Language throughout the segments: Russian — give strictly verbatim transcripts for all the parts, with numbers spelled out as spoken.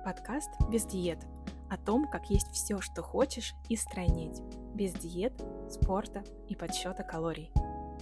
Подкаст «Без диет» о том, как есть все, что хочешь, и стройнеть. Без диет, спорта и подсчета калорий.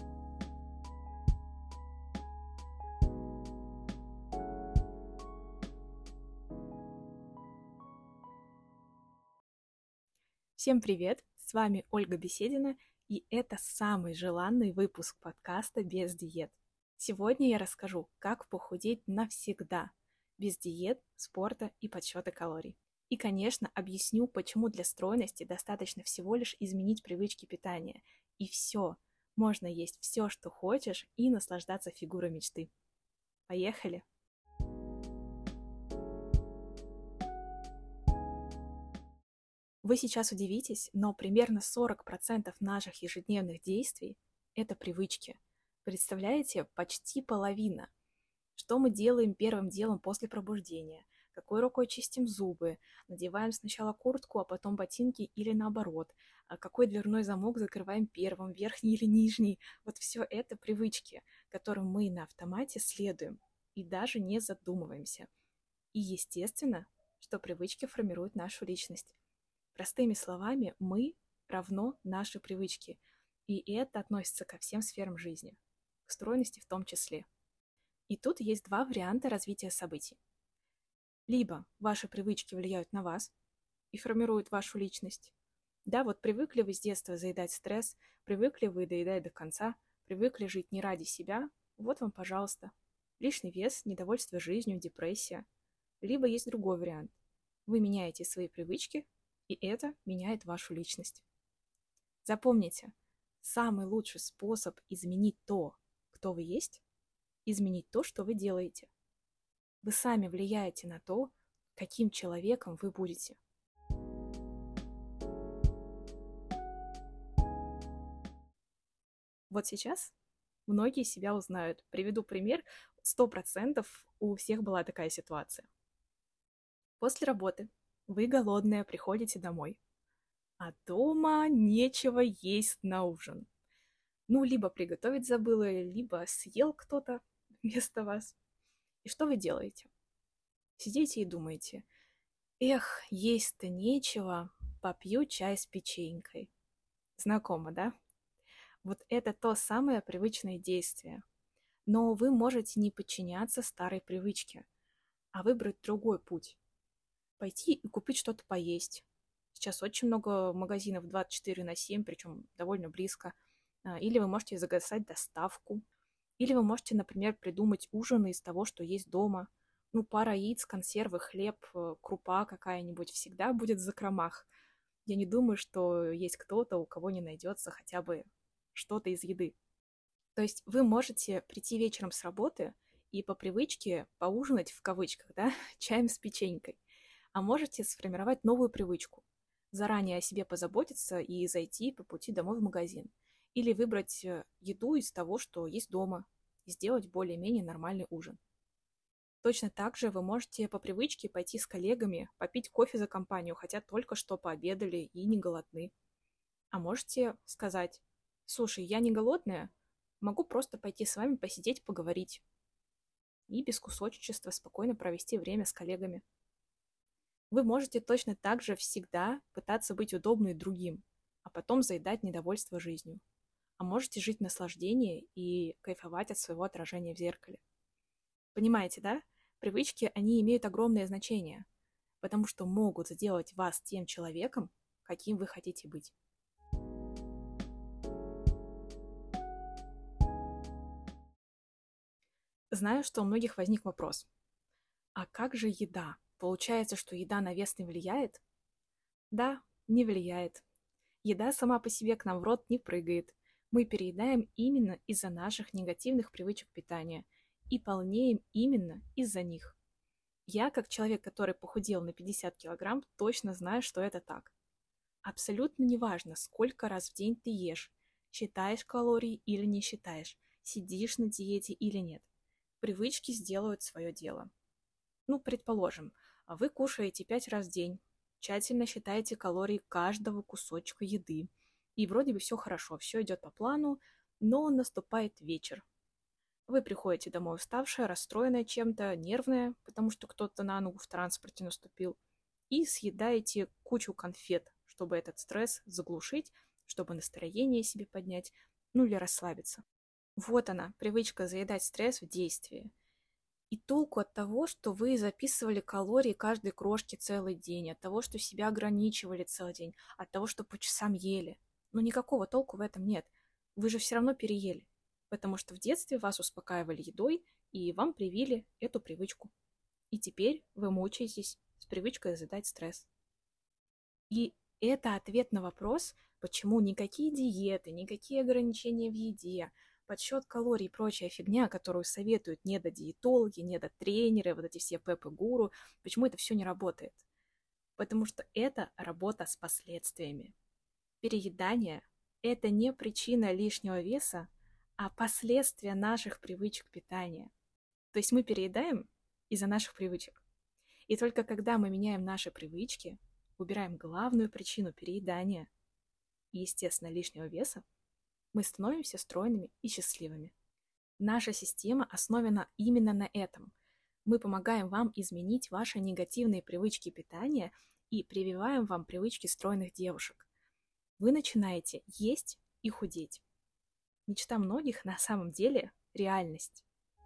Всем привет! С вами Ольга Беседина, и это самый желанный выпуск подкаста «Без диет». Сегодня я расскажу, как похудеть навсегда, без диет, спорта и подсчета калорий. И, конечно, объясню, почему для стройности достаточно всего лишь изменить привычки питания. И все, можно есть все, что хочешь, и наслаждаться фигурой мечты. Поехали! Вы сейчас удивитесь, но примерно сорок процентов наших ежедневных действий – это привычки. Представляете, почти половина. Что мы делаем первым делом после пробуждения? Какой рукой чистим зубы? Надеваем сначала куртку, а потом ботинки или наоборот? А какой дверной замок закрываем первым, верхний или нижний? Вот все это привычки, которым мы на автомате следуем и даже не задумываемся. И естественно, что привычки формируют нашу личность. Простыми словами, мы равно наши привычки. И это относится ко всем сферам жизни, к стройности в том числе. И тут есть два варианта развития событий. Либо ваши привычки влияют на вас и формируют вашу личность. Да, вот привыкли вы с детства заедать стресс, привыкли вы доедать до конца, привыкли жить не ради себя, вот вам, пожалуйста. Лишний вес, недовольство жизнью, депрессия. Либо есть другой вариант. Вы меняете свои привычки, и это меняет вашу личность. Запомните, самый лучший способ изменить то, кто вы есть, изменить то, что вы делаете. Вы сами влияете на то, каким человеком вы будете. Вот сейчас многие себя узнают. Приведу пример. Сто процентов у всех была такая ситуация. После работы вы голодная приходите домой, а дома нечего есть на ужин. Ну, либо приготовить забыла, либо съел кто-то вместо вас. И что вы делаете? Сидите и думаете: эх, есть-то нечего, попью чай с печенькой. Знакомо, да? Вот это то самое привычное действие. Но вы можете не подчиняться старой привычке, а выбрать другой путь. Пойти и купить что-то поесть. Сейчас очень много магазинов двадцать четыре на семь, причем довольно близко. Или вы можете заказать доставку. Или вы можете, например, придумать ужин из того, что есть дома. Ну, пара яиц, консервы, хлеб, крупа какая-нибудь всегда будет в закромах. Я не думаю, что есть кто-то, у кого не найдется хотя бы что-то из еды. То есть вы можете прийти вечером с работы и по привычке поужинать, в кавычках, да, чаем с печенькой. А можете сформировать новую привычку. Заранее о себе позаботиться и зайти по пути домой в магазин. Или выбрать еду из того, что есть дома, и сделать более-менее нормальный ужин. Точно так же вы можете по привычке пойти с коллегами, попить кофе за компанию, хотя только что пообедали и не голодны. А можете сказать: слушай, я не голодная, могу просто пойти с вами посидеть, поговорить. И без кусочничества спокойно провести время с коллегами. Вы можете точно так же всегда пытаться быть удобной другим, а потом заедать недовольство жизнью. А можете жить в наслаждении и кайфовать от своего отражения в зеркале. Понимаете, да? Привычки, они имеют огромное значение, потому что могут сделать вас тем человеком, каким вы хотите быть. Знаю, что у многих возник вопрос: а как же еда? Получается, что еда на вес не влияет? Да, не влияет. Еда сама по себе к нам в рот не прыгает. Мы переедаем именно из-за наших негативных привычек питания и полнеем именно из-за них. Я, как человек, который похудел на пятьдесят килограмм, точно знаю, что это так. Абсолютно неважно, сколько раз в день ты ешь, считаешь калории или не считаешь, сидишь на диете или нет. Привычки сделают свое дело. Ну, предположим, вы кушаете пять раз в день, тщательно считаете калории каждого кусочка еды, и вроде бы все хорошо, все идет по плану, но наступает вечер. Вы приходите домой уставшая, расстроенная чем-то, нервная, потому что кто-то на ногу в транспорте наступил, и съедаете кучу конфет, чтобы этот стресс заглушить, чтобы настроение себе поднять, ну или расслабиться. Вот она, привычка заедать стресс в действии. И толку от того, что вы записывали калории каждой крошки целый день, от того, что себя ограничивали целый день, от того, что по часам ели. Но никакого толку в этом нет. Вы же все равно переели. Потому что в детстве вас успокаивали едой, и вам привили эту привычку. И теперь вы мучаетесь с привычкой задать стресс. И это ответ на вопрос, почему никакие диеты, никакие ограничения в еде, подсчет калорий и прочая фигня, которую советуют недодиетологи, недотренеры, вот эти все пепы-гуру, почему это все не работает? Потому что это работа с последствиями. Переедание– это не причина лишнего веса, а последствия наших привычек питания. То есть мы переедаем из-за наших привычек. И только когда мы меняем наши привычки, убираем главную причину переедания и, естественно, лишнего веса, мы становимся стройными и счастливыми. Наша система основана именно на этом. Мы помогаем вам изменить ваши негативные привычки питания и прививаем вам привычки стройных девушек. Вы начинаете есть и худеть. Мечта многих на самом деле реальность.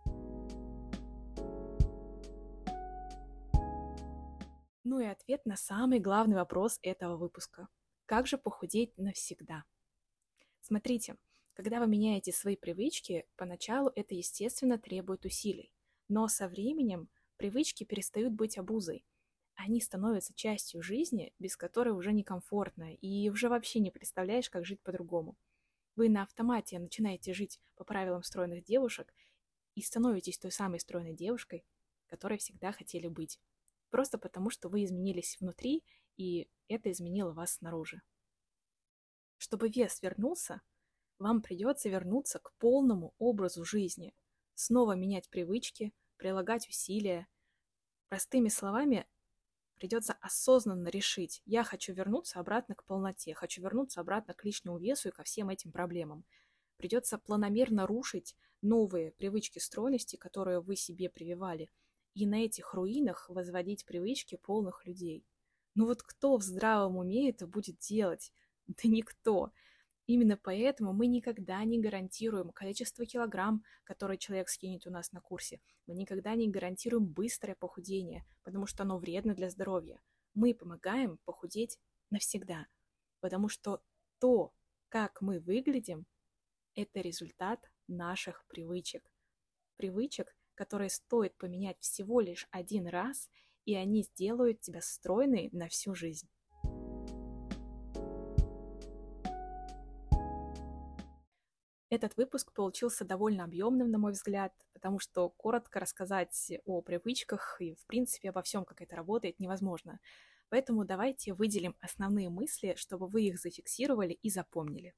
Ну и ответ на самый главный вопрос этого выпуска. Как же похудеть навсегда? Смотрите, когда вы меняете свои привычки, поначалу это, естественно, требует усилий. Но со временем привычки перестают быть обузой. Они становятся частью жизни, без которой уже некомфортно, и уже вообще не представляешь, как жить по-другому. Вы на автомате начинаете жить по правилам стройных девушек и становитесь той самой стройной девушкой, которой всегда хотели быть. Просто потому, что вы изменились внутри, и это изменило вас снаружи. Чтобы вес вернулся, вам придется вернуться к полному образу жизни, снова менять привычки, прилагать усилия. Простыми словами, придется осознанно решить, я хочу вернуться обратно к полноте, хочу вернуться обратно к лишнему весу и ко всем этим проблемам. Придется планомерно рушить новые привычки стройности, которые вы себе прививали, и на этих руинах возводить привычки полных людей. Ну вот кто в здравом уме это будет делать? Да никто. Именно поэтому мы никогда не гарантируем количество килограмм, которые человек скинет у нас на курсе. Мы никогда не гарантируем быстрое похудение, потому что оно вредно для здоровья. Мы помогаем похудеть навсегда, потому что то, как мы выглядим, это результат наших привычек. Привычек, которые стоит поменять всего лишь один раз, и они сделают тебя стройной на всю жизнь. Этот выпуск получился довольно объемным, на мой взгляд, потому что коротко рассказать о привычках и, в принципе, обо всем, как это работает, невозможно. Поэтому давайте выделим основные мысли, чтобы вы их зафиксировали и запомнили.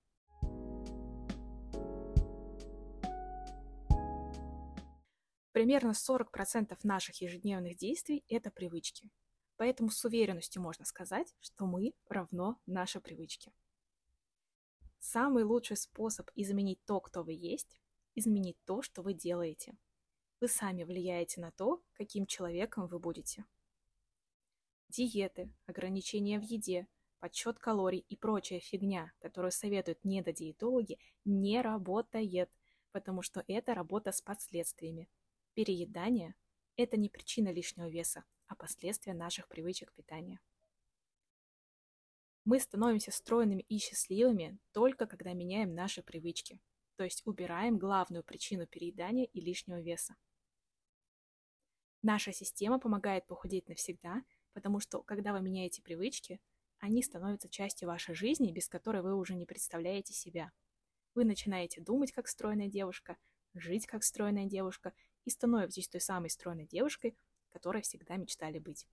Примерно сорок процентов наших ежедневных действий – это привычки. Поэтому с уверенностью можно сказать, что мы равно наши привычки. Самый лучший способ изменить то, кто вы есть, изменить то, что вы делаете. Вы сами влияете на то, каким человеком вы будете. Диеты, ограничения в еде, подсчет калорий и прочая фигня, которую советуют недодиетологи, не работает, потому что это работа с последствиями. Переедание – это не причина лишнего веса, а последствия наших привычек питания. Мы становимся стройными и счастливыми только когда меняем наши привычки, то есть убираем главную причину переедания и лишнего веса. Наша система помогает похудеть навсегда, потому что, когда вы меняете привычки, они становятся частью вашей жизни, без которой вы уже не представляете себя. Вы начинаете думать как стройная девушка, жить как стройная девушка и становитесь той самой стройной девушкой, которой всегда мечтали быть.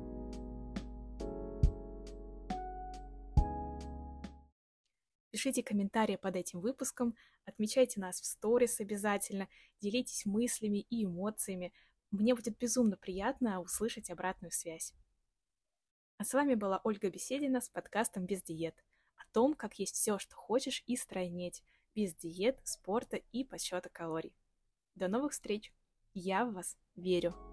Пишите комментарии под этим выпуском, отмечайте нас в сторис обязательно, делитесь мыслями и эмоциями. Мне будет безумно приятно услышать обратную связь. А с вами была Ольга Беседина с подкастом «Без диет». О том, как есть все, что хочешь, и стройнеть. Без диет, спорта и подсчета калорий. До новых встреч! Я в вас верю!